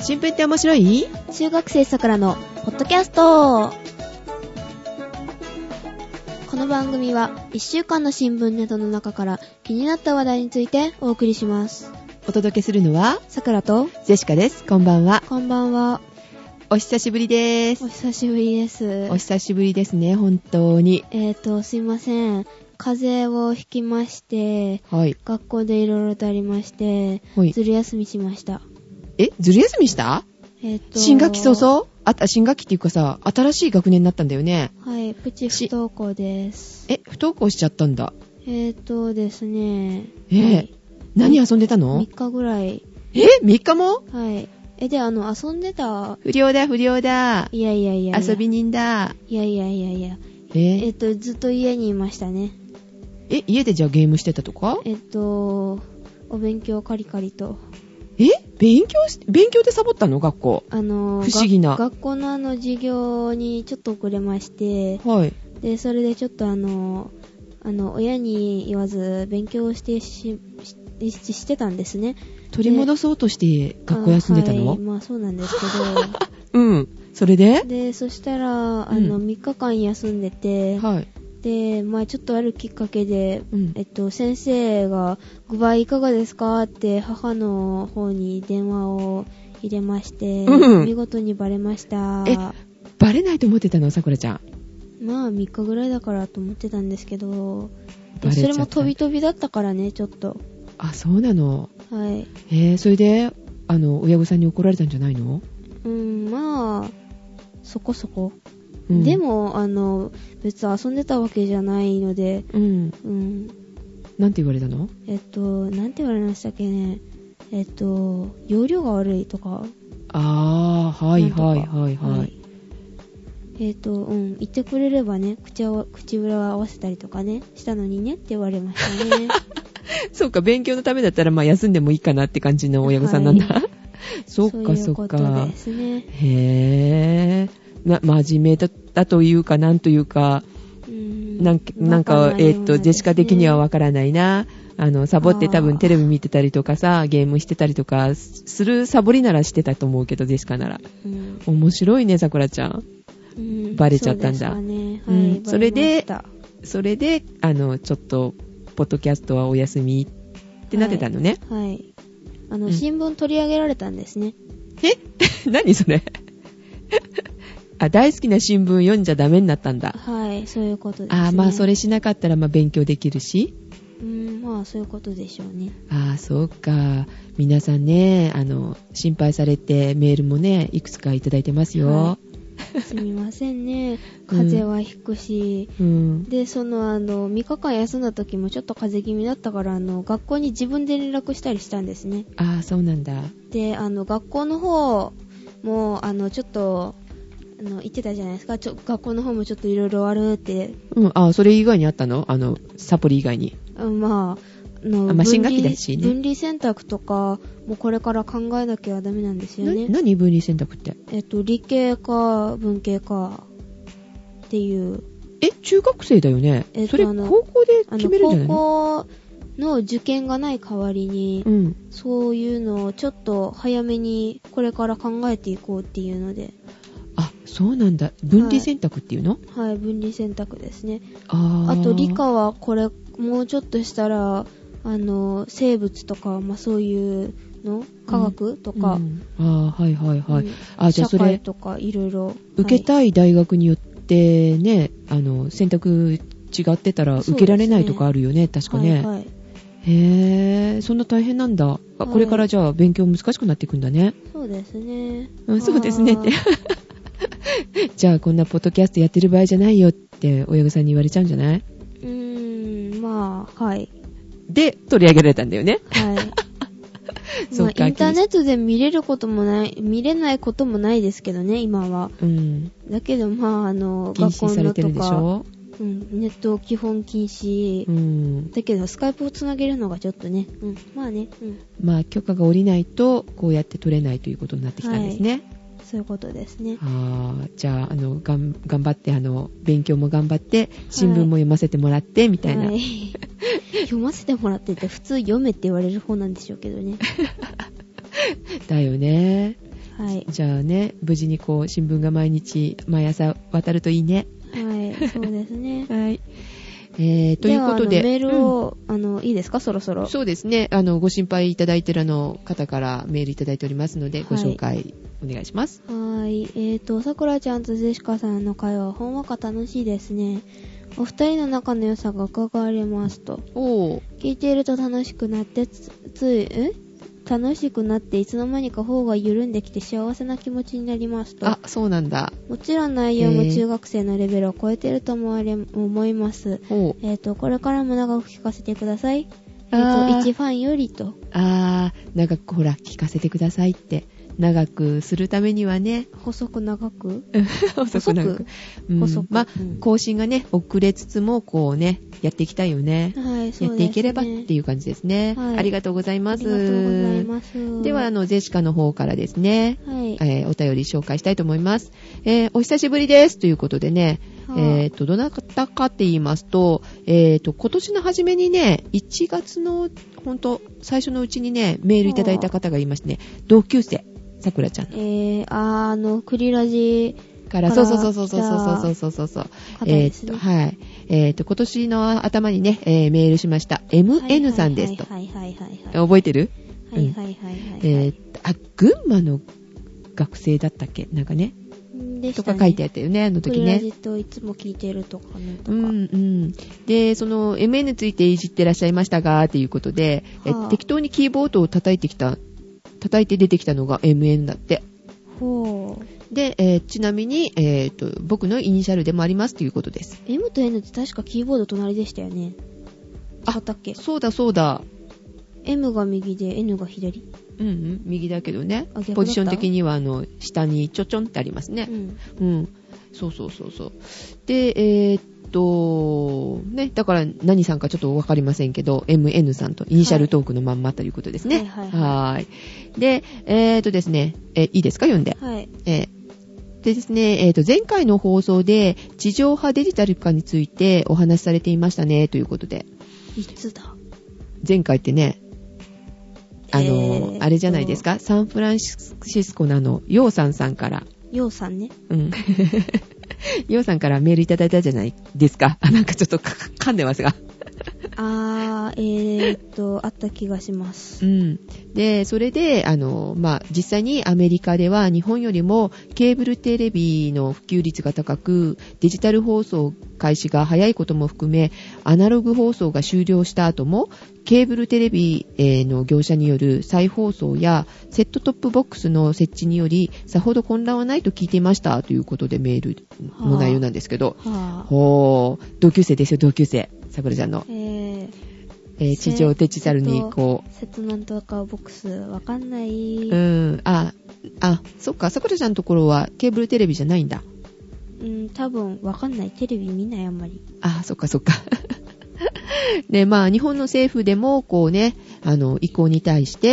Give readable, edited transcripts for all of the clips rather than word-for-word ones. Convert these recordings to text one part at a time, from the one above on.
新聞って面白い？ 中学生さくらのポッドキャスト。この番組は1週間の新聞ネタの中から気になった話題についてお送りします。 お届けするのはさくらとジェシカです。こんばんは。 こんばんは。 お久しぶりです。 お久しぶりです。 お久しぶりですね、本当に。 すいません。風邪をひきまして、 はい。 学校でいろいろとありまして、 はい。 ずる休みしました。 ずる休みした？新学期早々？新学期っていうかさ、新しい学年になったんだよね。 はい、プチ不登校です。 不登校しちゃったんだ。 ですね。 はい、何遊んでたの？ 3 日ぐらい。 3日も？ はい。で、遊んでた。 不良だ。いや。 遊び人だ。 いや。ずっと家にいましたね。 家でじゃあゲームしてたとか？ お勉強カリカリと。 勉強でサボったの？学校。不思議な。 学校の授業にちょっと遅れまして。 はい。 で、それでちょっと親に言わず勉強してたんですね。 取り戻そうとして学校休んでたの？ はい、まあそうなんですけど。 うん。それで？ で、そしたら、3日間休んでて、 はい。 で、まあちょっとあるきっかけで、 うん、 先生が、具合いかがですかって母の方に電話を入れまして、見事にバレました。 バレないと思ってたの、さくらちゃん。 まあ3日ぐらいだからと思ってたんですけど、 それも飛び飛びだったからね、ちょっと。 あ、そうなの。 はい。 それで、親御さんに怒られたんじゃないの？ まあ、そこそこ。 でも、別に遊んでたわけじゃないので、 なんて言われたの？ なんて言われましたっけね。容量が悪いとか。 はい。 言ってくれればね、口裏を合わせたりとかね、したのにねって言われましたね。 そうか、勉強のためだったらまあ休んでもいいかなって感じの親御さんなんだ。はい、そっか。 そういうことですね。 へー。真面目だというか、なんというか、なんか、ジェシカ的にはわからないな。サボって多分テレビ見てたりとかさ、ゲームしてたりとかするサボりならしてたと思うけど、ジェシカなら。面白いね、さくらちゃん。バレちゃったんだ。 そうですかね。はい。 それで、ちょっと、ポッドキャストはお休みってなってたのね。 はい。新聞取り上げられたんですね。 何それ？大好きな新聞読んじゃダメになったんだ。 はい、そういうことですね。 まあそれしなかったら勉強できるし。 まあそういうことでしょうね。 そうか。皆さんね、心配されてメールもね、いくつかいただいてますよ。 はい、すみませんね。風邪はひくし、で、3日間休んだ時もちょっと風邪気味だったから、学校に自分で連絡したりしたんですね。 そうなんだ。 で、学校の方も、ちょっと、言ってたじゃないですか。学校の方もちょっといろいろあるって。 それ以外にあったの？サポリ以外に。新学期だしね。 分離選択とか、もうこれから考えなきゃダメなんですよね。 何分離選択って？ 理系か文系かっていう。 中学生だよね。それ高校で決めるんじゃないの？ 高校の受験がない代わりに、そういうのをちょっと早めにこれから考えていこうっていうので。 そうなんだ。分離選択っていうの？ はい、分離選択ですね。あと理科はこれもうちょっとしたら生物とか、そういうの科学とか、じゃあそれ社会とかいろいろ受けたい大学によってね、選択違ってたら受けられないとかあるよね、確かね。へー、そんな大変なんだ。これからじゃあ勉強難しくなっていくんだね。 そうですね。 そうですねって。じゃあこんなポッドキャストやってる場合じゃないよって親御さんに言われちゃうんじゃない？ はい。 で、取り上げられたんだよね。 はい。そうか、インターネットで見れないこともないですけどね、今は。だけど、学校のとか、 禁止されてるでしょ？ ネット基本禁止。だけど、スカイプをつなげるのがちょっとね。まあね。 許可が下りないと、こうやって取れないということになってきたんですね。はい、 そういうことですね。 じゃあ、頑張って、勉強も頑張って、新聞も読ませてもらって、みたいな。 読ませてもらってて、普通読めって言われる方なんでしょうけどね。 だよね。 はい。 じゃあね、無事にこう、新聞が毎朝渡るといいね。 はい、そうですね。 はい。ということで。 メールを、いいですか、そろそろ。 そうですね。ご心配いただいている方からメールいただいておりますので、ご紹介お願いします。 はい。さくらちゃんとジェシカさんの会話、ほんわか楽しいですね。お二人の仲の良さが伺われますと。聞いていると楽しくなっていつの間にか方が緩んできて幸せな気持ちになりますと。 あ、そうなんだ。 もちろん内容も中学生のレベルを超えていると思います。これからも長く聞かせてください。一ファンよりと。 長くほら聞かせてくださいって。長くするためにはね。 細く長く細く長く。更新がね、遅れつつもこうね、やっていきたいよね。 はい、そうですね。 やっていければっていう感じですね。はい、ありがとうございます。 ありがとうございます。 では、ジェシカの方からですね、お便り紹介したいと思います。お久しぶりですということでね、どなたかって言いますと、今年の初めにね、1月の本当最初のうちにね、メールいただいた方がいましてね、同級生。さくらちゃん。 クリラジから、そう。はい。今年の頭にね、メールしました。MN さんですと。覚えてる？群馬の学生だったっけ？なんかね。とか書いてあったよね、あの時ね。 クリラジといつも聞いてるとかね、とか。 で、その MN についていじってらっしゃいましたが、っていうことで、適当にキーボードを叩いて出てきたのが MN だって。で、ちなみに、僕のイニシャルでもありますということです。 M と N って確かキーボード隣でしたよね。あったっけ？ そうだ。 M が右で N が左。 右だけどね。ポジション的には下にちょちょんってありますね。そう。で、ね、だから何さんかちょっとわかりませんけど、MN さんとイニシャルトークのまんまということですね。はい。で、ですね、いいですか読んで。 はい。 でですね、前回の放送で地上波デジタル化についてお話しされていましたね、ということで。 いつだ？ 前回ってね、あれじゃないですか、サンフランシスコのヨウさんから。 ヨウさんね。 ヨウさんからメールいただいたじゃないですか。なんかちょっと噛んでますが。あった気がします。 で、それで、実際にアメリカでは日本よりもケーブルテレビの普及率が高く、デジタル放送開始が早いことも含め、アナログ放送が終了した後も、ケーブルテレビの業者による再放送やセットトップボックスの設置により、さほど混乱はないと聞いていましたということでメールの内容なんですけど、同級生ですよ、同級生。さくらちゃんの。地上デジタルにこう。 セットなんとかボックスわかんない。 そっか、さくらちゃんのところはケーブルテレビじゃないんだ。 多分わかんない。テレビ見ないあんまり。 そっか。で、日本の政府でも、こうね、移行に対して、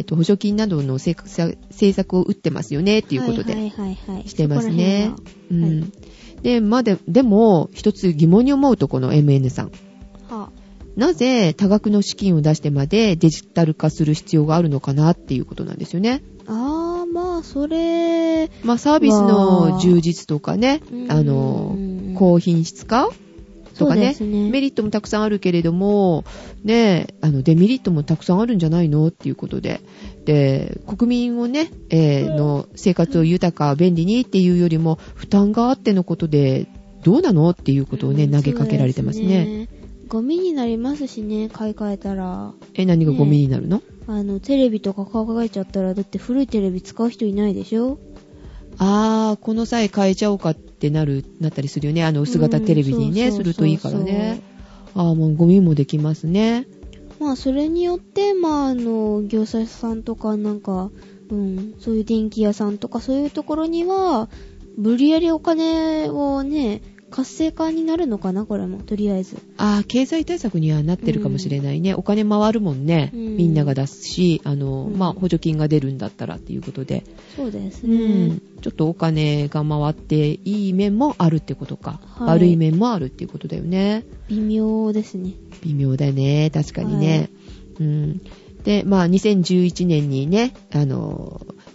補助金などの政策を打ってますよね、っていうことで、してますね。で、でも、一つ疑問に思うと、この MN さん。なぜ多額の資金を出してまでデジタル化する必要があるのかなっていうことなんですよね。 それ。 サービスの充実とかね、高品質化とかね、メリットもたくさんあるけれども、ね、デメリットもたくさんあるんじゃないのっていうことで、国民をね、の生活を豊か、便利にっていうよりも、負担があってのことで、どうなのっていうことをね、投げかけられてますね。 ゴミになりますしね、買い替えたら。 何がゴミになるの？ テレビとか買い替えちゃったら、だって古いテレビ使う人いないでしょ？ この際変えちゃおうかってなったりするよね。薄型テレビにね、するといいからね。もうゴミもできますね。 それによって、業者さんとかなんか、そういう電気屋さんとかそういうところには、無理やりお金をね、活性化になるのかな、これも、とりあえず。 経済対策にはなってるかもしれないね。お金回るもんね。みんなが出すし、補助金が出るんだったらっていうことで。 そうですね。 ちょっとお金が回っていい面もあるってことか。悪い面もあるっていうことだよね。 微妙ですね。 微妙だね。確かにね。で、2011年にね、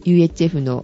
UHF の、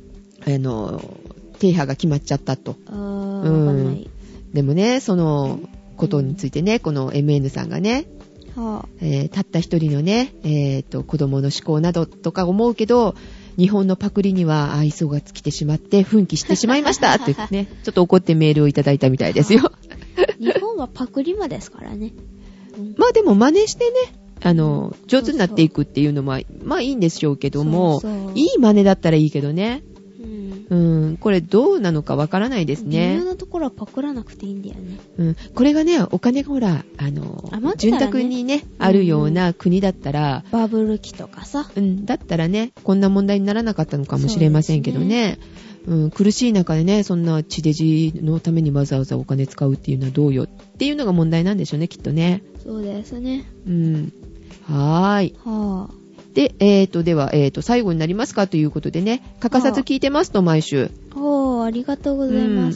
停波が決まっちゃったと。 わかんない。 でもね、そのことについてね、この MN さんがね、たった一人のね、子供の思考などとか思うけど、日本のパクリには愛想が尽きてしまって奮起してしまいましたってね、ちょっと怒ってメールをいただいたみたいですよ。 日本はパクリ魔ですからね。 まあでも真似してね、上手になっていくっていうのは、まあいいんでしょうけども、いい真似だったらいいけどね。これどうなのかわからないですね。 微妙なところはパクらなくていいんだよね。これがね、お金がほら、潤沢にね、あるような国だったら、 バブル期とかさ。 だったらね、こんな問題にならなかったのかもしれませんけどね。苦しい中でね、そんな地デジのためにわざわざお金使うっていうのはどうよっていうのが問題なんでしょうね、きっとね。 そうですね。 はーい。で、では、最後になりますかということでね、欠かさず聞いてますと、毎週。 ありがとうございます。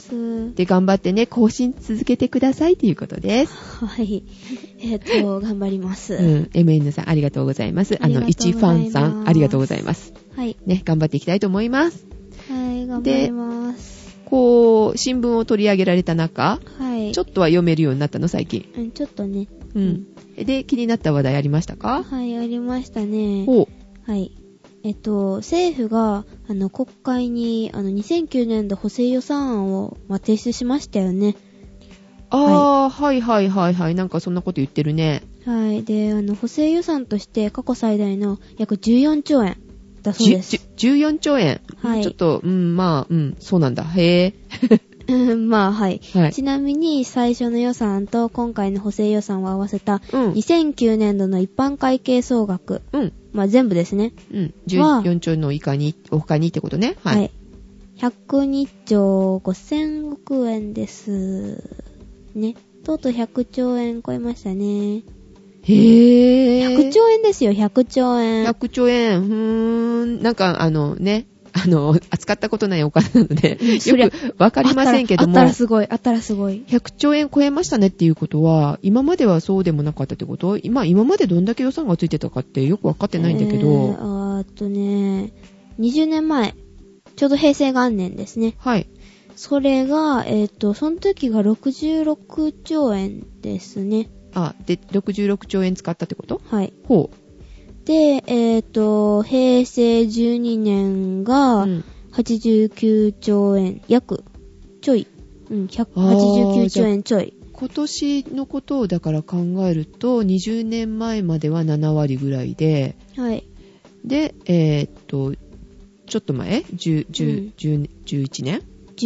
で、頑張ってね、更新続けてくださいということです。 はい。頑張ります。 MN さん、ありがとうございます。一ファンさん、ありがとうございます。 はい。 ね、頑張っていきたいと思います。 はい、頑張ります。 こう、新聞を取り上げられた中、 はい。 ちょっとは読めるようになったの、最近。 ちょっとね。 で、気になった話題ありましたか？ はい、ありましたね。 ほう。 はい。政府が、国会に、2009年度補正予算案を、提出しましたよね。 はいはいはいはい。なんかそんなこと言ってるね。 はい。で、補正予算として過去最大の約14兆円だそうです。 14兆円。はい。ちょっと、そうなんだ。へぇ。 はい。ちなみに最初の予算と今回の補正予算を合わせた2009年度の一般会計総額、全部ですね。 14兆円の他にってことね。はい。 102兆5000億円です。ね。とうとう100兆円超えましたね。 へぇー。 100兆円ですよ、100兆円。 100兆円。なんか扱ったことないお金なので、よくわかりませんけども。 あったらすごい。 100兆円超えましたねっていうことは、今まではそうでもなかったってこと？今までどんだけ予算がついてたかってよくわかってないんだけど。 20年前、ちょうど平成元年ですね。 はい。 それが、その時が66兆円ですね。 で、66兆円使ったってこと？ はい。 ほう。 で、平成12年が89兆円、約ちょい。189兆円ちょい。 今年のことをだから考えると、20年前までは7割ぐらいで、 はい。 で、ちょっと前、11年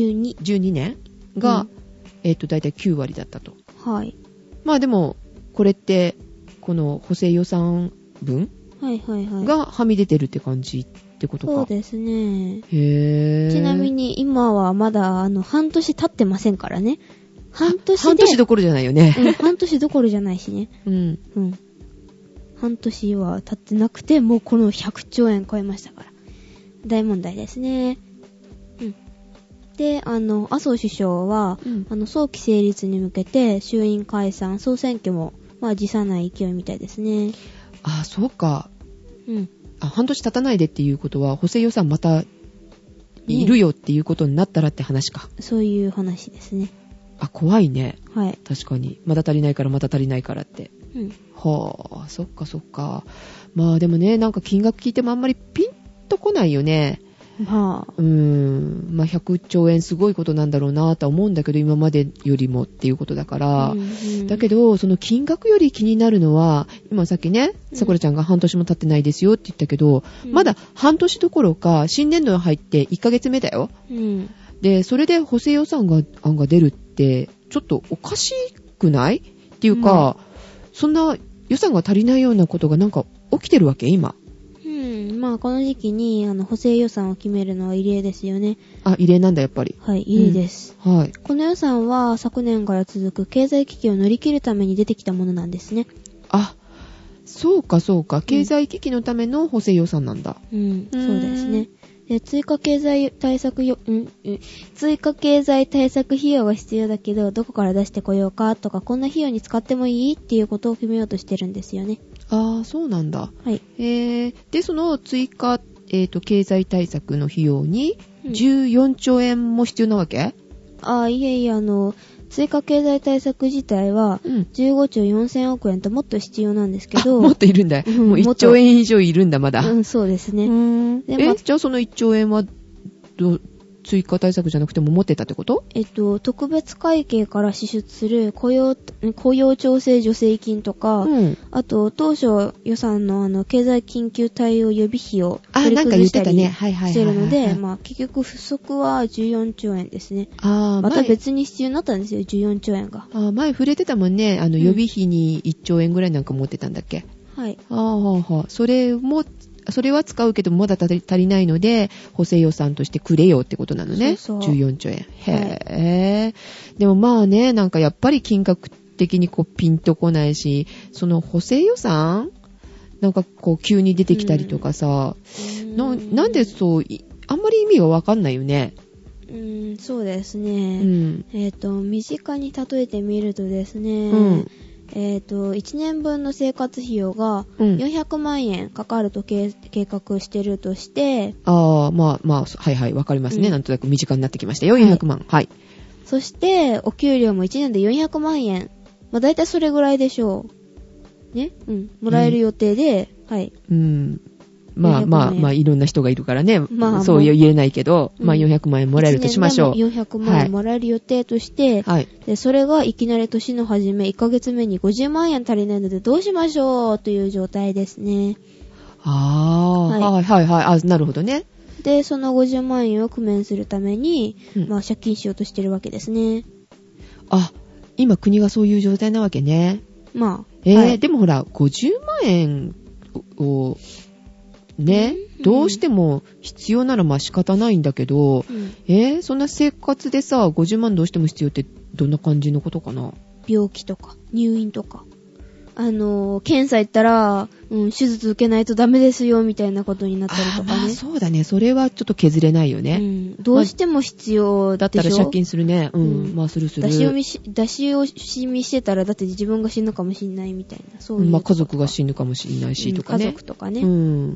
?12 年が、だいたい9割だったと。 はい。 まあでも、これって、この補正予算分がはみ出てるって感じってことか。 そうですね。 へー。 ちなみに今はまだ半年経ってませんからね。半年どころじゃないよね。 半年どころじゃないしね。半年は経ってなくて、もうこの100兆円超えましたから。大問題ですね。で、麻生首相は、早期成立に向けて衆院解散、総選挙も、辞さない勢いみたいですね。 そうか。半年経たないでっていうことは、補正予算またいるよっていうことになったらって話か。 そういう話ですね。 怖いね。 はい。 確かに。まだ足りないからって。はぁ、そっか。まあでもね、なんか金額聞いてもあんまりピンとこないよね。100兆円すごいことなんだろうなとは思うんだけど、今までよりもっていうことだから、だけどその金額より気になるのは、今さっきね、さくらちゃんが半年も経ってないですよって言ったけど、まだ半年どころか新年度に入って1ヶ月目だよ。で、それで補正予算案が出るってちょっとおかしくないっていうか、そんな予算が足りないようなことがなんか起きてるわけ今。 この時期に補正予算を決めるのは異例ですよね。 異例なんだやっぱり。 はい、異例です。 はい。 この予算は昨年から続く経済危機を乗り切るために出てきたものなんですね。 そうか。経済危機のための補正予算なんだ。 そうですね。で、追加経済対策費用が必要だけど、どこから出してこようかとか、こんな費用に使ってもいいっていうことを決めようとしてるんですよね。 そうなんだ。 はい。 で、その追加、 経済対策の費用に14兆円も必要なわけ？ いえいえ、追加経済対策自体は15兆4000億円ともっと必要なんですけど、 もっといるんだよ。もう1兆円以上いるんだ、まだ。 そうですね。 で、じゃあその1兆円は追加対策じゃなくても持ってたってこと？ 特別会計から支出する雇用調整助成金とか、あと当初予算の経済緊急対応予備費を取り崩したりしてるので、結局不足は14兆円ですね。また別に必要になったんですよ、14兆円が。 前触れてたもんね、予備費に1兆円ぐらいなんか持ってたんだっけ？ はい。 それは使うけどまだ足りないので補正予算としてくれよってことなのね。そう14兆円。へぇ、でもまあね、なんかやっぱり金額的にピンとこないし、その補正予算なんか急に出てきたりとかさ、なんでそうあんまり意味がわかんないよね。 そうですね。身近に例えてみるとですね、1年分の生活費用が400万円かかると計画してるとして、 はいはい、わかりますね。なんとなく身近になってきましたよ、400万。はい。 そして、お給料も1年で400万円。だいたいそれぐらいでしょう。ね？もらえる予定で、はい。いろんな人がいるからね。そう言えないけど、400万円もらえるとしましょう。400万円もらえる予定として、はい。で、それがいきなり年の初め、1ヶ月目に50万円足りないのでどうしましょうという状態ですね。 はい。なるほどね。 で、その50万円を工面するために、借金しようとしてるわけですね。 今国がそういう状態なわけね。でもほら、50万円を、ね、どうしても必要なら仕方ないんだけど、そんな生活でさ、50万どうしても必要ってどんな感じのことかな？ 病気とか、入院とか。検査行ったら、手術受けないとダメですよ、みたいなことになったりとかね。 そうだね。それはちょっと削れないよね。 どうしても必要でしょ？ だったら借金するね。する。 出し惜しみしてたら、だって自分が死ぬかもしんないみたいな。そういう家族が死ぬかもしれないし、とかね。 家族とかね。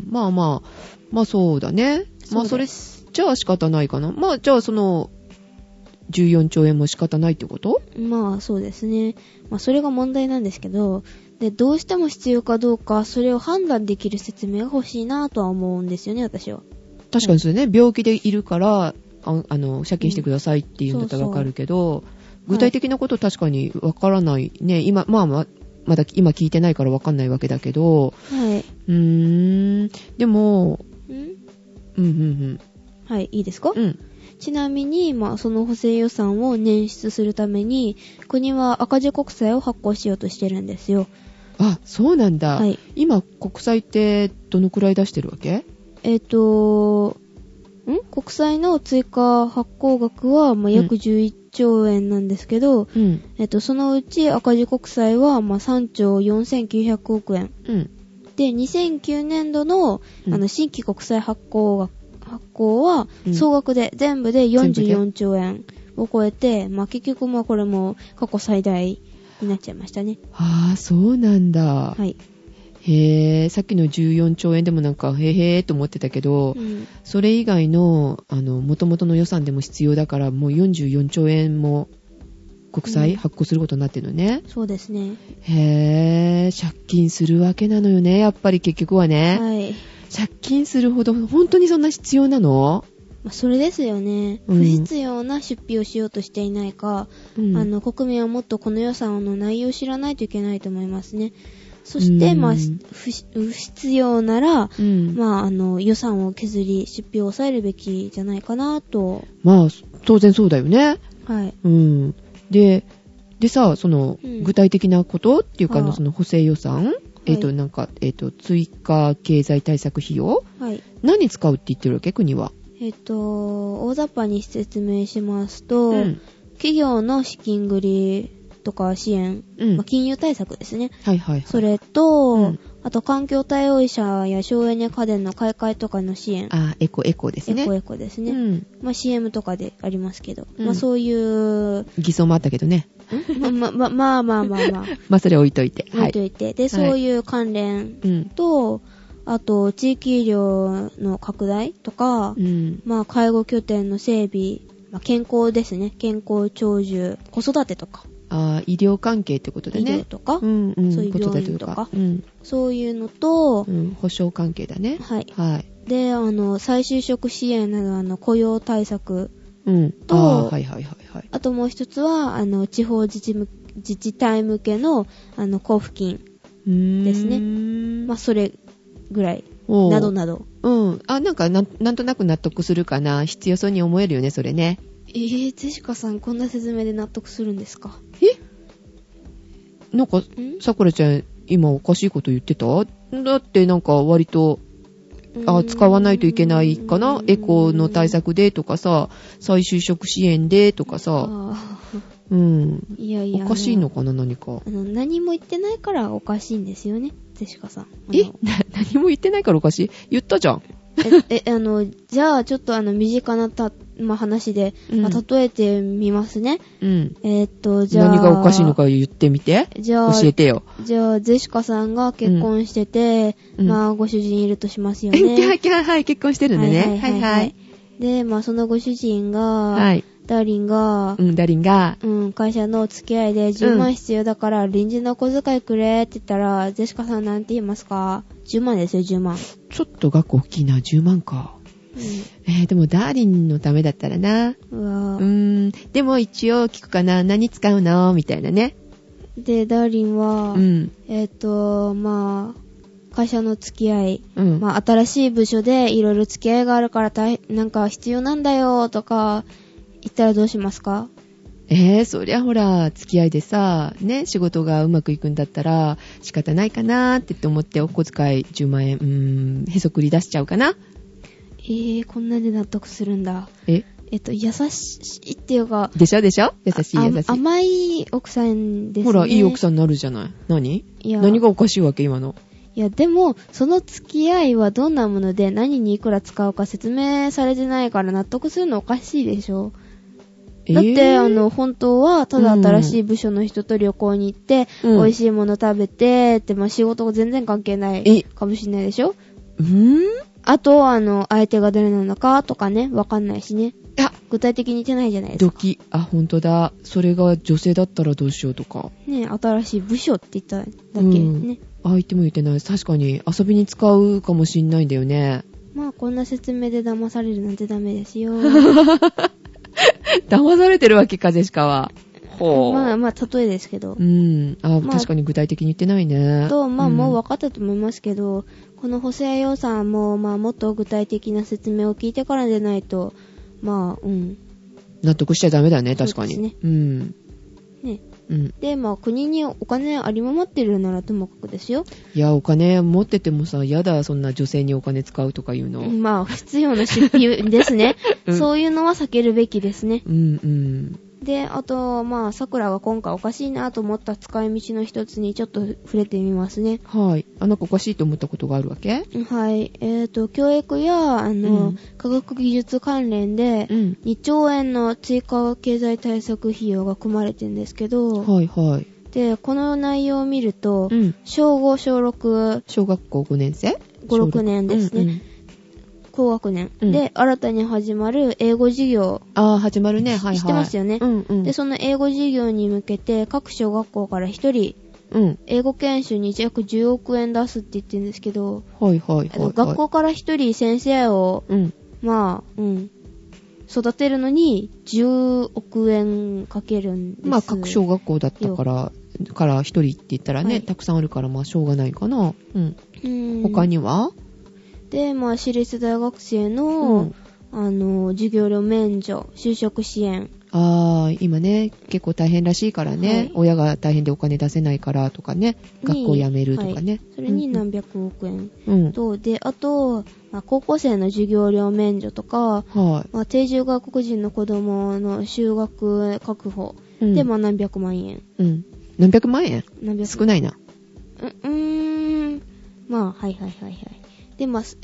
そうだね。それ、じゃあ仕方ないかな。じゃあその、14兆円も仕方ないってこと？ そうですね。それが問題なんですけど、で、どうしても必要かどうか、それを判断できる説明が欲しいなとは思うんですよね、私は。 確かにそれね、病気でいるから、借金してくださいっていうんだったらわかるけど、具体的なこと確かにわからないね。今、まだ今聞いてないからわかんないわけだけど、 はい。 でも、 はい、いいですか？ちなみに、その補正予算を捻出するために、国は赤字国債を発行しようとしてるんですよ。 そうなんだ。 はい。 今、国債ってどのくらい出してるわけ？ 国債の追加発行額は、約11兆円なんですけど、そのうち赤字国債は、3兆4900億円。で、2009年度の、新規国債発行は、総額で、全部で44兆円を超えて、結局これも過去最大になっちゃいましたね。 そうなんだ。 はい。 さっきの14兆円でもなんか、と思ってたけど、それ以外の、元々の予算でも必要だから、もう44兆円も国債発行することになってるのね。 そうですね。 借金するわけなのよね、やっぱり結局はね。 はい。 借金するほど本当にそんな必要なの？ それですよね。不必要な出費をしようとしていないか、国民はもっとこの予算の内容を知らないといけないと思いますね。そして、不必要なら、予算を削り、出費を抑えるべきじゃないかなと。 当然そうだよね。 はい。 でさ、その、具体的なことっていうか、その補正予算、追加経済対策費用、何に使うって言ってるわけ？国は。 大雑把に説明しますと、企業の資金繰りとか支援、金融対策ですね。それと、あと環境対応車や省エネ家電の買い替えとかの支援。 エコですね。 エコですね。CM とかでありますけど、そういう。 偽装もあったけどね。 それ置いといて。 で、そういう関連と、 あと、地域医療の拡大とか、まあ、介護拠点の整備、まあ、健康ですね。健康長寿、子育てとか。 医療関係ってことだね。 医療とか、そういう病院とか、そういうのと、 保障関係だね。 はい。はい。で、再就職支援など雇用対策と、 あともう一つは、地方自治体向けの、交付金ですね。まあ、それぐらい。などなど。 なんかなんとなく納得するかな。必要そうに思えるよね、それね。 ジェシカさん、こんな説明で納得するんですか？ なんか、さくらちゃん、今おかしいこと言ってた？だってなんか割と、使わないといけないかな？エコの対策でとかさ、再就職支援でとかさ。いやおかしいのかな、何か。 何も言ってないからおかしいんですよね、ジェシカさん。 何も言ってないからおかしい？言ったじゃん。 じゃあ、ちょっと身近な話で、例えてみますね。じゃあ。 何がおかしいのか言ってみて。教えてよ。 じゃあ、ジェシカさんが結婚してて、まあ、ご主人いるとしますよね。 はい、結婚してるんだね。はい。 で、まあ、そのご主人が、ダーリンが、会社の付き合いで10万必要だから、臨時の小遣いくれって言ったら、ジェシカさんなんて言いますか？10万ですよ、10万。 ちょっと額大きいな、10万か。でもダーリンのためだったらな。でも一応聞くかな、何使うのみたいなね。 で、ダーリンは、まあ、会社の付き合い、まあ、新しい部署でいろいろ付き合いがあるからなんか必要なんだよとか言ったらどうしますか？ そりゃほら、付き合いでさ、ね、仕事がうまくいくんだったら仕方ないかなって思ってお小遣い10万円、へそくり出しちゃうかな。 こんなで納得するんだ。優しいっていうか。 でしょ優しい。 甘い奥さんですね。 ほら、いい奥さんになるじゃない。何がおかしいわけ、今の。 いや、でも、その付き合いはどんなもので何にいくら使うか説明されてないから納得するのおかしいでしょ。だって、本当は、ただ新しい部署の人と旅行に行って、美味しいもの食べて、まあ、仕事が全然関係ないかもしれないでしょ。あと、相手が誰なのかとかね、わかんないしね。具体的に言ってないじゃないですか。 本当だ。それが女性だったらどうしようとか。 ね、新しい部署って言っただけね。 相手も言ってない。確かに遊びに使うかもしんないんだよね。 まあ、こんな説明で騙されるなんてダメですよ。 騙されてるわけか、ジェシカは。 まあ、例えですけど。 確かに具体的に言ってないね。 もう分かったと思いますけど、この補正予算も、もっと具体的な説明を聞いてからでないと、 納得しちゃダメだね、確かに。 そうですね。ね。で、国にお金ありままってるならともかくですよ。 いや、お金持っててもさ、やだ、そんな女性にお金使うとかいうの。 不必要な出費ですね。そういうのは避けるべきですね。で、あと、桜が今回おかしいなと思った使い道の一つにちょっと触れてみますね。 はい。なんかおかしいと思ったことがあるわけ？ はい。教育や、科学技術関連で、2兆円の追加経済対策費用が組まれてるんですけど、で、この内容を見ると、小5、小6、 小学校5年生 ?5、6年ですね。高学年、で新たに始まる英語授業。 始まるね。 知ってますよね。で、その英語授業に向けて各小学校から1人、英語研修に約10億円出すって言ってるんですけど、学校から1人先生を、育てるのに10億円かけるんです。 各小学校だったから1人って言ったらね、たくさんあるからしょうがないかな。他にはで、私立大学生の、授業料免除、就職支援。 今ね、結構大変らしいからね、親が大変でお金出せないからとかね、学校辞めるとかね。 それに何百億円と、で、あと、高校生の授業料免除とか、定住外国人の子供の就学確保で、何百万円。 何百万円？少ないな。 で、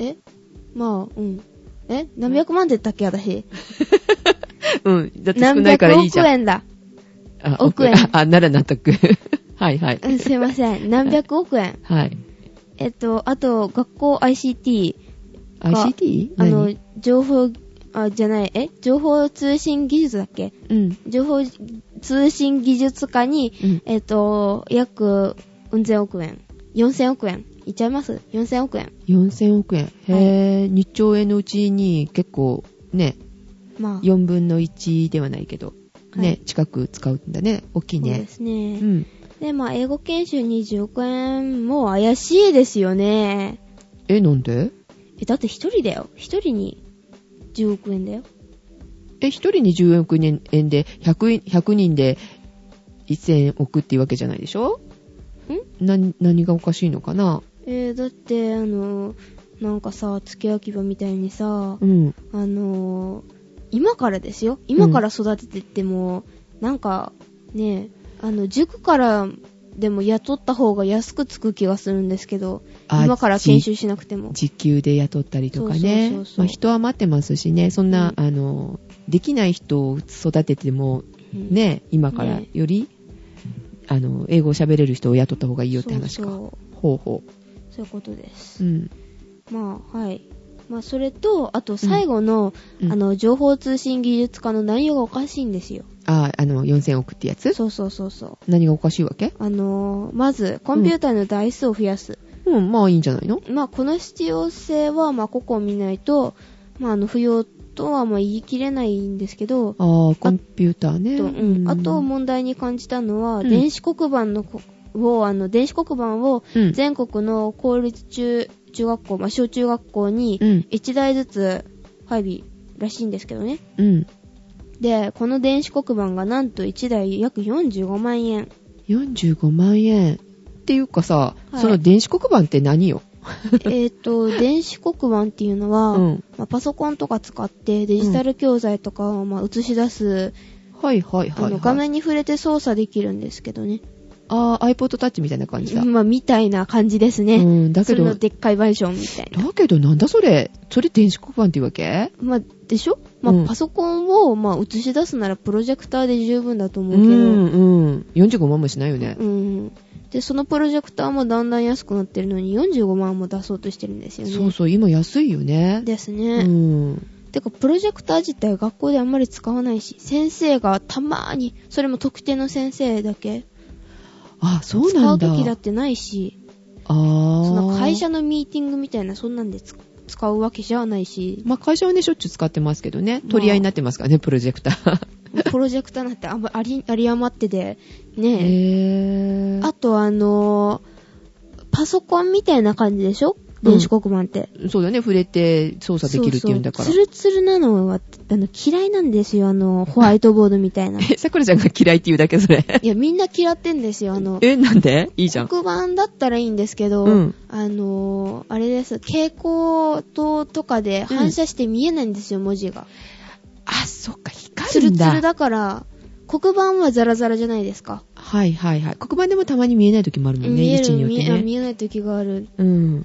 何百万って言ったっけ、私。 だって少ないからいいじゃん。 何百億円だ。 億円。なら納得。はい。 すいません。何百億円。 はい。 あと、学校 ICT。 ICT？ 情報、じゃない、情報通信技術だっけ？ うん。 情報通信技術科に、約、1000億円。4000億円。いっちゃいます？ 4000 億円。 4000億円。へぇ、2兆円のうちに結構、ね、まあ、4分の1ではないけど、ね、はい、近く使うんだね。大きいね。 そうですね。うん。で、まあ、英語研修20億円も怪しいですよね。 なんで？ だって一人だよ。一人に10億円だよ。 一人に10億円で100人で1000億っていうわけじゃないでしょ？何がおかしいのかな？ だってなんかさ、付け焼き場みたいにさ、 うん、 今からですよ。今から育ててっても、なんかね、塾からでも雇った方が安くつく気がするんですけど、今から研修しなくても。 時給で雇ったりとかね。そう。まあ、人は待ってますしね、そんな、できない人を育てても、ね、今からより、英語を喋れる人を雇った方がいいよって話か。ほう。 そういうことです。 うん。 まあ、はい。まあ、それと、あと最後の、情報通信技術科の内容がおかしいんですよ。 4000億ってやつ？ そう。 何がおかしいわけ？ まず、コンピューターの台数を増やす。 まあいいんじゃないの？ まあ、この必要性は、まあ、個々見ないと、まあ、不要とはまあ言い切れないんですけど。 コンピューターね。 あと問題に感じたのは、電子黒板を全国の公立中学校、まあ、小中学校に1台ずつ配備らしいんですけどね。 うん。 で、この電子黒板がなんと1台約45万円。 45万円っていうかさ、はい、その電子黒板って何よ？ 電子黒板っていうのは、まあ、パソコンとか使ってデジタル教材とかをまあ映し出す、画面に触れて操作できるんですけどね。 iPod Touch みたいな感じだ。 まあ、みたいな感じですね。 だけど。 それのでっかいバージョンみたいな。 だけどなんだそれ電子黒板っていうわけ？ まあ、でしょ？まあ、パソコンを、まあ、映し出すならプロジェクターで十分だと思うけど。 45万もしないよね。 で、そのプロジェクターもだんだん安くなってるのに45万も出そうとしてるんですよね。 そう、今安いよね。 ですね。てか、プロジェクター自体学校であんまり使わないし、先生がたまーに、それも特定の先生だけ。 そうなんだ。 使う時だってないし。その会社のミーティングみたいな、そんなんで使うわけじゃないし。 まあ、会社はね、しょっちゅう使ってますけどね。取り合いになってますからね、プロジェクター。 プロジェクターなんてあり余ってて、ね。あとパソコンみたいな感じでしょ？電子黒板って。 そうだね、触れて操作できるっていうんだから。 ツルツルなのは、嫌いなんですよ、ホワイトボードみたいな。 さくらちゃんが嫌いって言うだけそれ。 いや、みんな嫌ってんですよ、なんで？いいじゃん。 黒板だったらいいんですけど、あれです、蛍光灯とかで反射して見えないんですよ、文字が。 そっか、光るんだ。 ツルツルだから、黒板はザラザラじゃないですか。 はい。黒板でもたまに見えない時もあるもんね、位置によってね。 見えない時がある。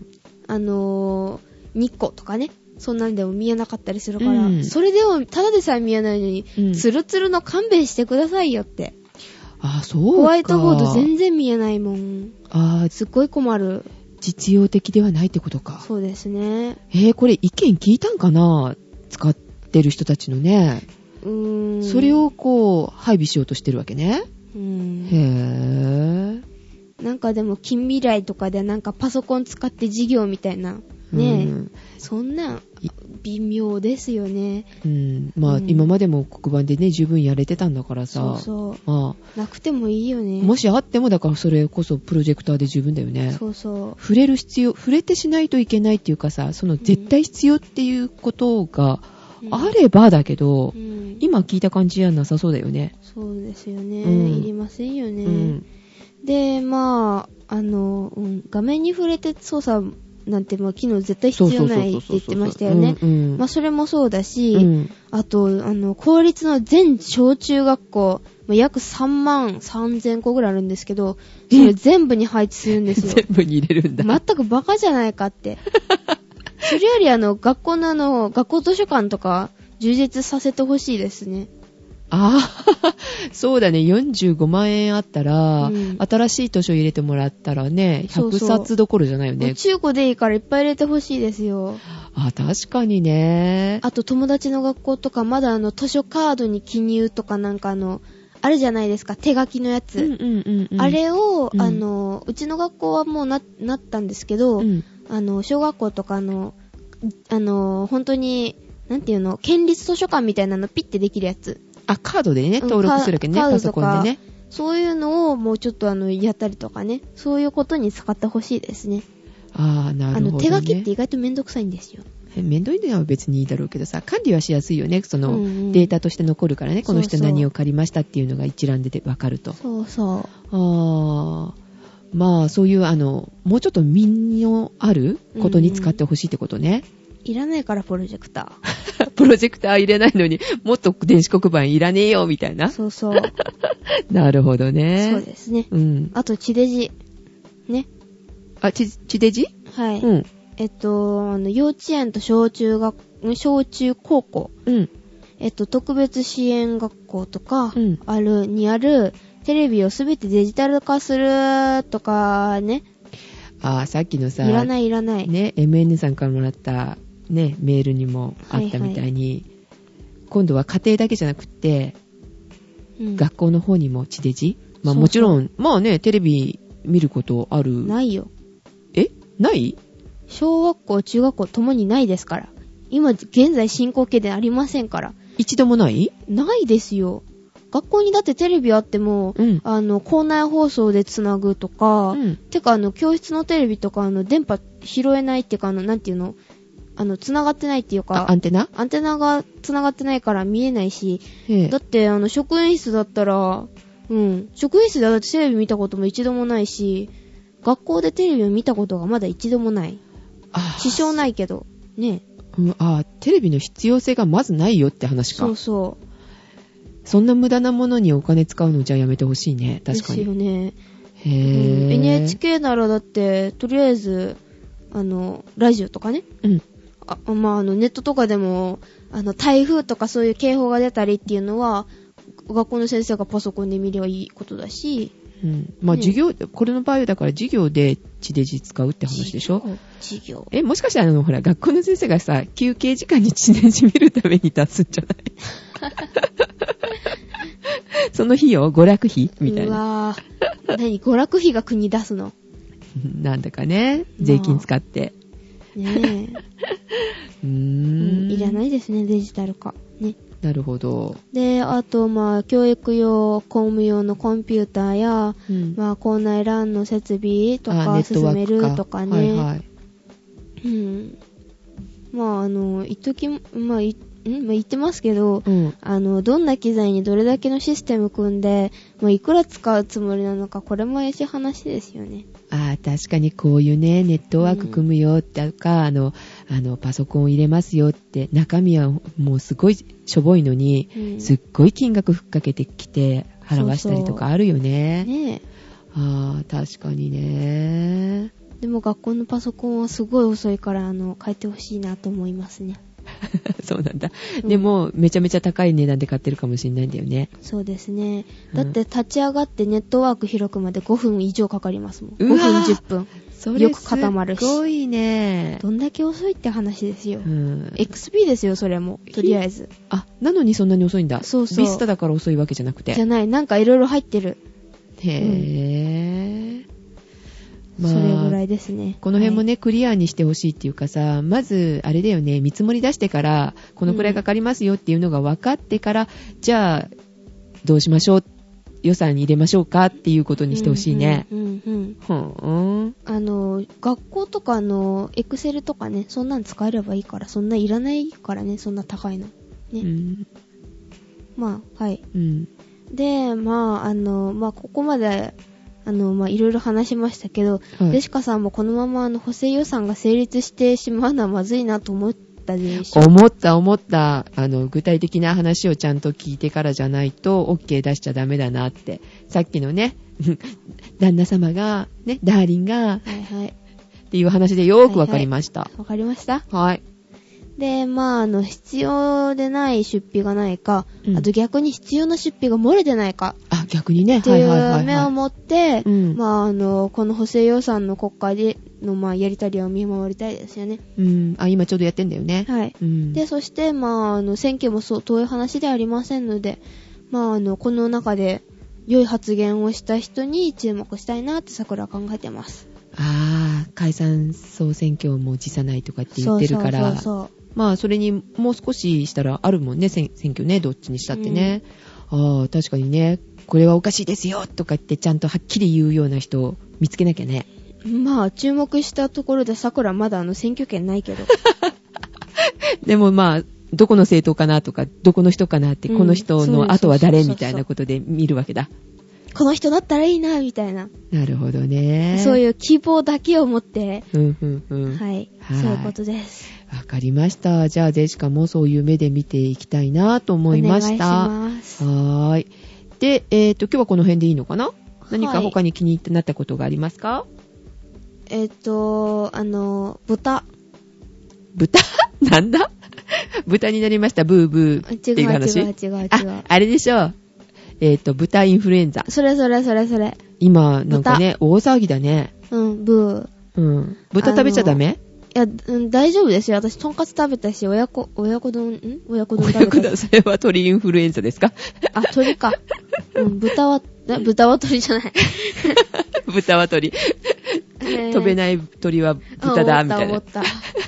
日光とかね、そんなんでも見えなかったりするから、それでもただでさえ見えないのに、ツルツルの勘弁してくださいよって。 そうか。 ホワイトボード全然見えないもん。すっごい困る。 実用的ではないってことか。 そうですね。 これ意見聞いたんかな？使ってる人たちのね。それを配備しようとしてるわけね。 なんかでも近未来とかでなんかパソコン使って授業みたいなね、そんな微妙ですよね。 まあ、今までも黒板でね十分やれてたんだからさ。 なくてもいいよね。 もしあってもだからそれこそプロジェクターで十分だよね。触れてしないといけないっていうかさ、その絶対必要っていうことがあればだけど、今聞いた感じはなさそうだよね。 そうですよね。いりませんよね。で、まあ、画面に触れて操作なんて、まあ、機能絶対必要ないって言ってましたよね。まあ、それもそうだし、あと、公立の全小中学校、まあ、約3万3000個ぐらいあるんですけど、それ全部に配置するんですよ。 全部に入れるんだ。 全くバカじゃないかって。それより学校の学校図書館とか充実させてほしいですね。 そうだね。45万円あったら、新しい図書入れてもらったらね、100冊どころじゃないよね。 中古でいいからいっぱい入れてほしいですよ。 確かにね。 あと友達の学校とか、まだ図書カードに記入とかなんかあるじゃないですか、手書きのやつ。あれを、うちの学校はもうなったんですけど、小学校とか本当に、なんていうの、県立図書館みたいなのピッてできるやつ。 カードでね、登録するわけね、パソコンでね。 そういうのをもうちょっとやったりとかね、そういうことに使ってほしいですね。 なるほどね。 手書きって意外とめんどくさいんですよ。 めんどいのは別にいいだろうけどさ、管理はしやすいよね。その、データとして残るからね、この人何を借りましたっていうのが一覧でわかると。 そうそう。 まあ、そういうもうちょっと身のあることに使ってほしいってことね。 いらないからプロジェクター。プロジェクター入れないのにもっと電子黒板いらねえよみたいな。 そうそう。 なるほどね。 そうですね。あと地デジ。ね。 地デジ？ はい。幼稚園と小中高校。特別支援学校とか、ある、テレビをすべてデジタル化するとかね。 さっきのさ、 いらない。 ね、MN さんからもらった、ね、メールにもあったみたいに、今度は家庭だけじゃなくって、学校の方にも地デジ？もちろん、まあね、テレビ見ることある？ ないよ。 ない？ 小学校、中学校ともにないですから。今、現在進行形でありませんから。 一度もない？ ないですよ。学校にだってテレビあっても、校内放送でつなぐとか、てか教室のテレビとか電波拾えないっていうかなんていうの、つながってないっていうか、 アンテナがつながってないから見えないし、だって職員室だったら、職員室でだってテレビ見たことも一度もないし、学校でテレビを見たことがまだ一度もない。支障ないけど、ね。 テレビの必要性がまずないよって話か。 そうそう。 そんな無駄なものにお金使うのじゃやめてほしいね。確かに。 ですよね。NHK ならだって、とりあえず、ラジオとかね。ネットとかでも、台風とかそういう警報が出たりっていうのは、学校の先生がパソコンで見ればいいことだし、 授業、これの場合だから授業で地デジ使うって話でしょ？ 授業。 もしかしてほら、学校の先生がさ、休憩時間に地デジ見るために出すんじゃないその費用、娯楽費みたいな。 娯楽費が国出すの？ なんだかね、税金使って。 ねえ。いらないですね、デジタル化。ね。 なるほど。 で、あと、教育用、公務用のコンピューターや、校内LANの設備とか進めるとかね。言ってますけど、どんな機材にどれだけのシステム組んで、いくら使うつもりなのか、これも怪しい話ですよね。 確かにこういうね、ネットワーク組むよとか、パソコンを入れますよって、中身はもうすごいしょぼいのに、すっごい金額ふっかけてきて払わしたりとかあるよね。 ねえ。確かにね。 でも学校のパソコンはすごい遅いから、変えてほしいなと思いますね。 そうなんだ。でも、めちゃめちゃ高い値段で買ってるかもしれないんだよね。 そうですね。だって立ち上がってネットワーク開くまで5分以上かかりますもん。5分10分。よく固まるし。 すごいね。 どんだけ遅いって話ですよ。XP ですよ、それも。とりあえず。 なのにそんなに遅いんだ。 そうそう。 ビスタだから遅いわけじゃなくて。 じゃない。なんかいろいろ入ってる。 へー。 それぐらいですね。 この辺もね、クリアにしてほしいっていうかさ、まず、あれだよね、見積もり出してから、このくらいかかりますよっていうのが分かってから、じゃあ、どうしましょう、予算に入れましょうかっていうことにしてほしいね。 学校とかエクセルとかね、そんなん使えればいいから、そんないらないからね、そんな高いの。ね。はい。で、ここまで、いろいろ話しましたけど、デシカさんもこのまま補正予算が成立してしまうのはまずいなと思ったでしょ？ 思った。具体的な話をちゃんと聞いてからじゃないと OK 出しちゃダメだなって。さっきのね、旦那様が、ね、ダーリンが、っていう話でよーくわかりました。 わかりました？ はい。 で、必要でない出費がないか、あと逆に必要な出費が漏れてないか。 あ、逆にね。 っていう目を持って、この補正予算の国会での、やりたりを見守りたいですよね。 今ちょうどやってんだよね。 はい。で、そして、選挙もそう遠い話ではありませんので、この中で良い発言をした人に注目したいなって桜は考えてます。 解散総選挙も辞さないとかって言ってるから。そう。それにもう少ししたらあるもんね、選挙ね、どっちにしたってね。確かにね、これはおかしいですよとか言ってちゃんとはっきり言うような人を見つけなきゃね。 注目したところで桜まだ選挙権ないけど。 でもどこの政党かなとか、どこの人かなって、この人の後は誰みたいなことで見るわけだ。 この人だったらいいな、みたいな。 なるほどね。 そういう希望だけを持って。はい。そういうことです。 わかりました。じゃあ、ジェシカもそういう目で見ていきたいなと思いました。 お願いします。 はい。で、今日はこの辺でいいのかな？何か他に気になったことがありますか？ 豚。 豚なんだ豚になりました、ブーブーっていう話。 違う。 あれでしょ。豚インフルエンザ。 それ。 今、なんかね、大騒ぎだね。 ブー。 豚食べちゃダメ？ いや、大丈夫ですよ。私、とんかつ食べたし、親子丼食べたし。 それは鳥インフルエンザですか？ 鳥か。豚は鳥じゃない。 豚は鳥。飛べない鳥は豚だ、みたいな。 思った。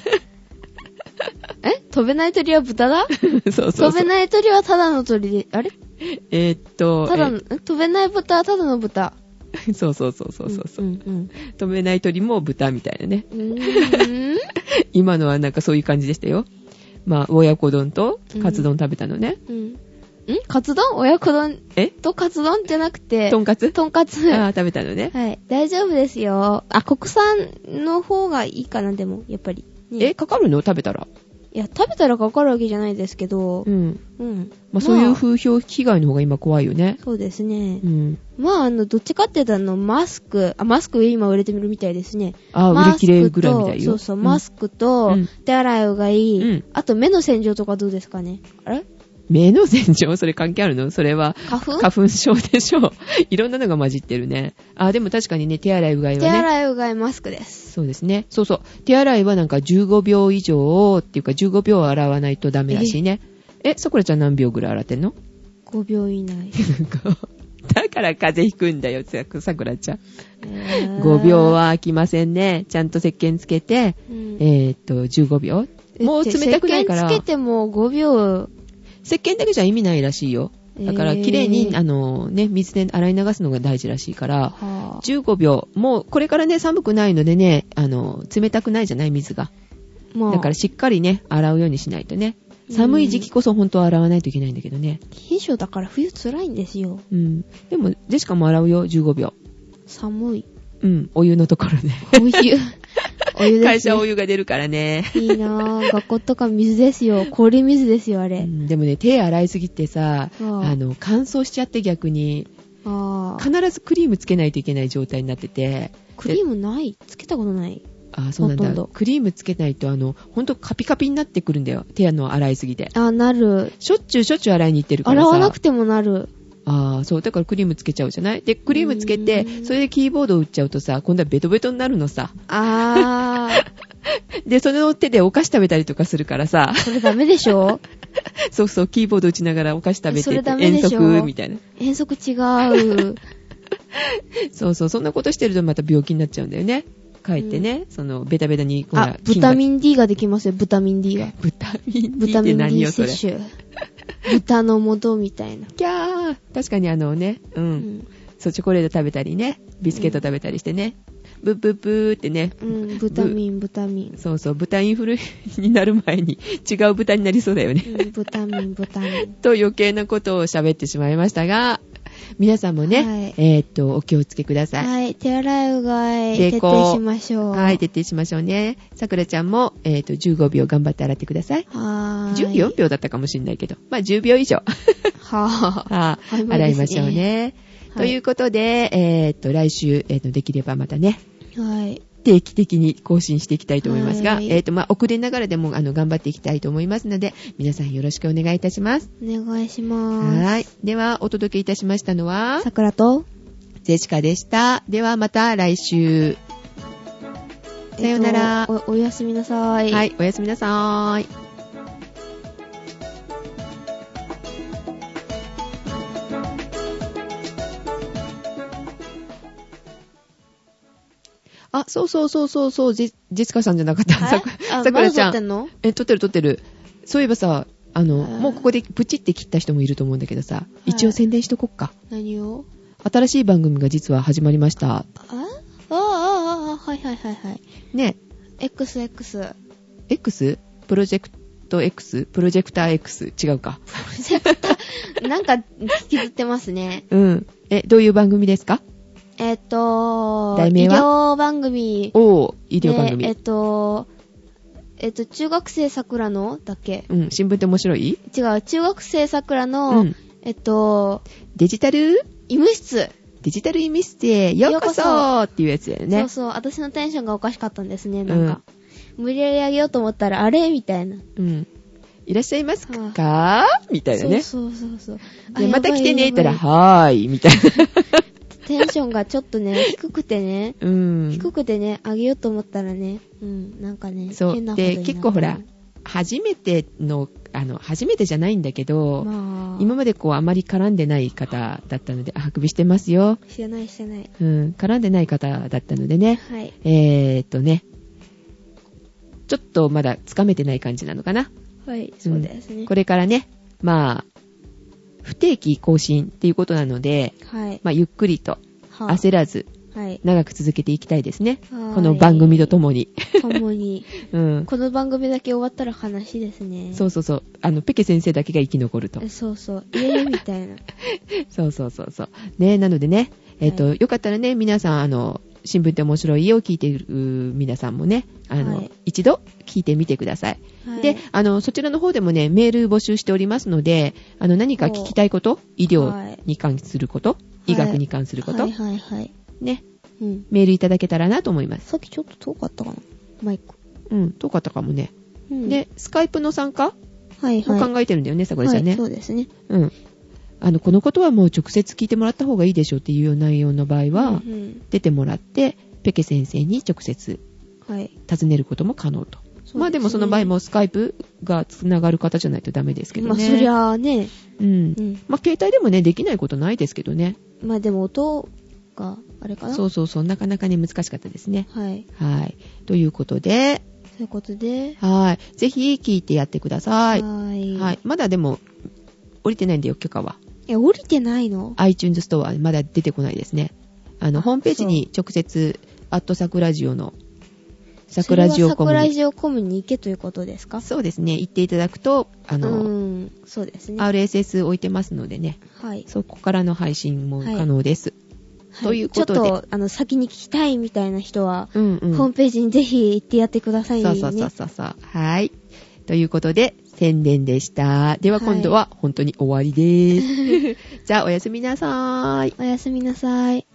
飛べない鳥は豚だ？ そう。 飛べない鳥はただの鳥で、あれ？飛べない豚はただの豚。 そう。飛べない鳥も豚みたいなね。今のはなんかそういう感じでしたよ。親子丼とカツ丼食べたのね。 カツ丼？親子丼とカツ丼じゃなくて。 とんかつ。 食べたのね。 はい。大丈夫ですよ。国産の方がいいかな、でも、やっぱり。 かかるの？食べたら。 いや、食べたらかかるわけじゃないですけど。 そういう風評被害の方が今怖いよね。 そうですね。どっちかって言ったらマスク今売れてるみたいですね。 売れ切れぐらいみたいよ。 そう、マスクと、手洗いうがい、あと目の洗浄とかどうですかね。あれ？ 目の洗浄？それ関係あるの？それは花粉症でしょ。いろんなのが混じってるね。でも確かにね、手洗いうがいはね。 手洗いうがいマスクです。 そうですね。そう。手洗いはなんか15秒以上っていうか15秒洗わないとダメらしいね。さくらちゃん何秒ぐらい洗ってんの ？5秒以内。 だから風邪ひくんだよ、さくらちゃん。5秒は空きませんね。ちゃんと石鹸つけて、15秒。もう冷たくないから。 石鹸つけても5秒。 石鹸だけじゃ意味ないらしいよ。だから、綺麗に、水で洗い流すのが大事らしいから、15秒。もう、これからね、寒くないのでね、冷たくないじゃない、水が。だから、しっかりね、洗うようにしないとね。寒い時期こそ本当は洗わないといけないんだけどね。 冷え性だから冬辛いんですよ。 でも、ジェシカも洗うよ、15秒。 寒い。 お湯のところで。 お湯ですね。 会社お湯が出るからね。 いいなぁ。学校とか水ですよ。氷水ですよ、あれ。 でもね、手洗いすぎてさ、乾燥しちゃって逆に。必ずクリームつけないといけない状態になってて。 クリームない？つけたことない。 そうなんだ。クリームつけないと、ほんとカピカピになってくるんだよ。手洗いすぎて。 なる。 しょっちゅう洗いに行ってるからさ。 洗わなくてもなる。 そう。だからクリームつけちゃうじゃない？で、クリームつけて、それでキーボードを打っちゃうとさ、今度はベトベトになるのさ。で、その手でお菓子食べたりとかするからさ。 それダメでしょ？ そう、キーボード打ちながらお菓子食べてて、 それダメでしょ？ 遠足みたいな。 遠足違う。 そう、そんなことしてるとまた病気になっちゃうんだよね。帰ってね、ベタベタに、 ブタミン D ができますよ、ブタミン D が。 ブタミン D って何よ、それ。 摂取。豚の元みたいな。 キャー。確かにそう、チョコレート食べたりね、ビスケット食べたりしてね。ブッブッブーってね。 ブタミン。 そう、豚インフルになる前に違う豚になりそうだよね。 ブタミン。 と余計なことを喋ってしまいましたが、皆さんもね、お気をつけください。 はい、手洗いうがい、徹底しましょう。 はい、徹底しましょうね。さくらちゃんも、15秒頑張って洗ってください。14秒だったかもしれないけど、10秒以上。洗いましょうね。ということで、来週、できればまたね。 はい。 定期的に更新していきたいと思いますが、遅れながらでも頑張っていきたいと思いますので、皆さんよろしくお願いいたします。 お願いします。 はい。では、お届けいたしましたのは、 さくらとジェシカでした。では、また来週。さようなら。 おやすみなさい。 はい、おやすみなさーい。あ、そう、ジェシカさんじゃなかった。さくらちゃん。 撮ってんの？ 撮ってる。そういえばさ、もうここでプチって切った人もいると思うんだけどさ、一応宣伝しとこっか。 何を？ 新しい番組が実は始まりました。 はい。ね。X？ プロジェクト X？ プロジェクター X？ 違うか。 プロジェクター、なんか引きずってますね。 うん。どういう番組ですか？題名は？医療番組。 医療番組。 中学生桜のだっけ？ うん、新聞って面白い？ 違う、中学生桜の、 デジタル医務室。 デジタル医務室へようこそっていうやつだよね。 そう、私のテンションがおかしかったんですね、なんか。無理やりあげようと思ったら、あれみたいな。 うん。いらっしゃいますかみたいなね。 そう。 で、また来てねって言ったら、はーい、みたいな。 テンションがちょっとね、低くてね、あげようと思ったらね、なんかね、 そう変なことになった。 で、結構ほら、初めてじゃないんだけど、今まであまり絡んでない方だったので、あくびしてますよ。 してない。 絡んでない方だったのでね、 はい。 ちょっとまだつかめてない感じなのかな。 はい、そうですね。 これからね、不定期更新っていうことなので、 はい。 ゆっくりと焦らず、 はい。 長く続けていきたいですね。この番組とともに。 うん。この番組だけ終わったら話ですね。 そう。ペケ先生だけが生き残ると。 そう。みたいな。 そう。ね、なのでね、よかったらね、皆さん、新聞って面白いよ聞いている皆さんもね、一度聞いてみてください。で、そちらの方でもね、メール募集しておりますので、何か聞きたいこと、医療に関すること、医学に関すること、ね、メールいただけたらなと思います。 さっきちょっと遠かったかな、マイク。 遠かったかもね。で、スカイプの参加も考えてるんだよね、さくらちゃんね。 そうですね。 このことはもう直接聞いてもらった方がいいでしょうっていう内容の場合は、出てもらって、ペケ先生に直接尋ねることも可能と。でもその場合もスカイプがつながる方じゃないとダメですけどね。 そりゃあね。 携帯でもね、できないことないですけどね。 でも音が、あれかな？ そう、なかなかね、難しかったですね。 はい。 ということで。ぜひ聞いてやってください。はい。まだでも、降りてないんだよ、許可は。 降りてないの？ iTunes ストアまだ出てこないですね。ホームページに直接、さくらじおの、さくらじおコムに。 さくらじおコムに行けということですか？ そうですね。行っていただくと、 そうですね。 RSS 置いてますのでね。 はい。 そこからの配信も可能です。ということで。 ちょっと、先に聞きたいみたいな人は、ホームページにぜひ行ってやってくださいね。 そう。はい。ということで、宣伝でした。では今度は本当に終わりです。じゃあおやすみなさーい。 おやすみなさい。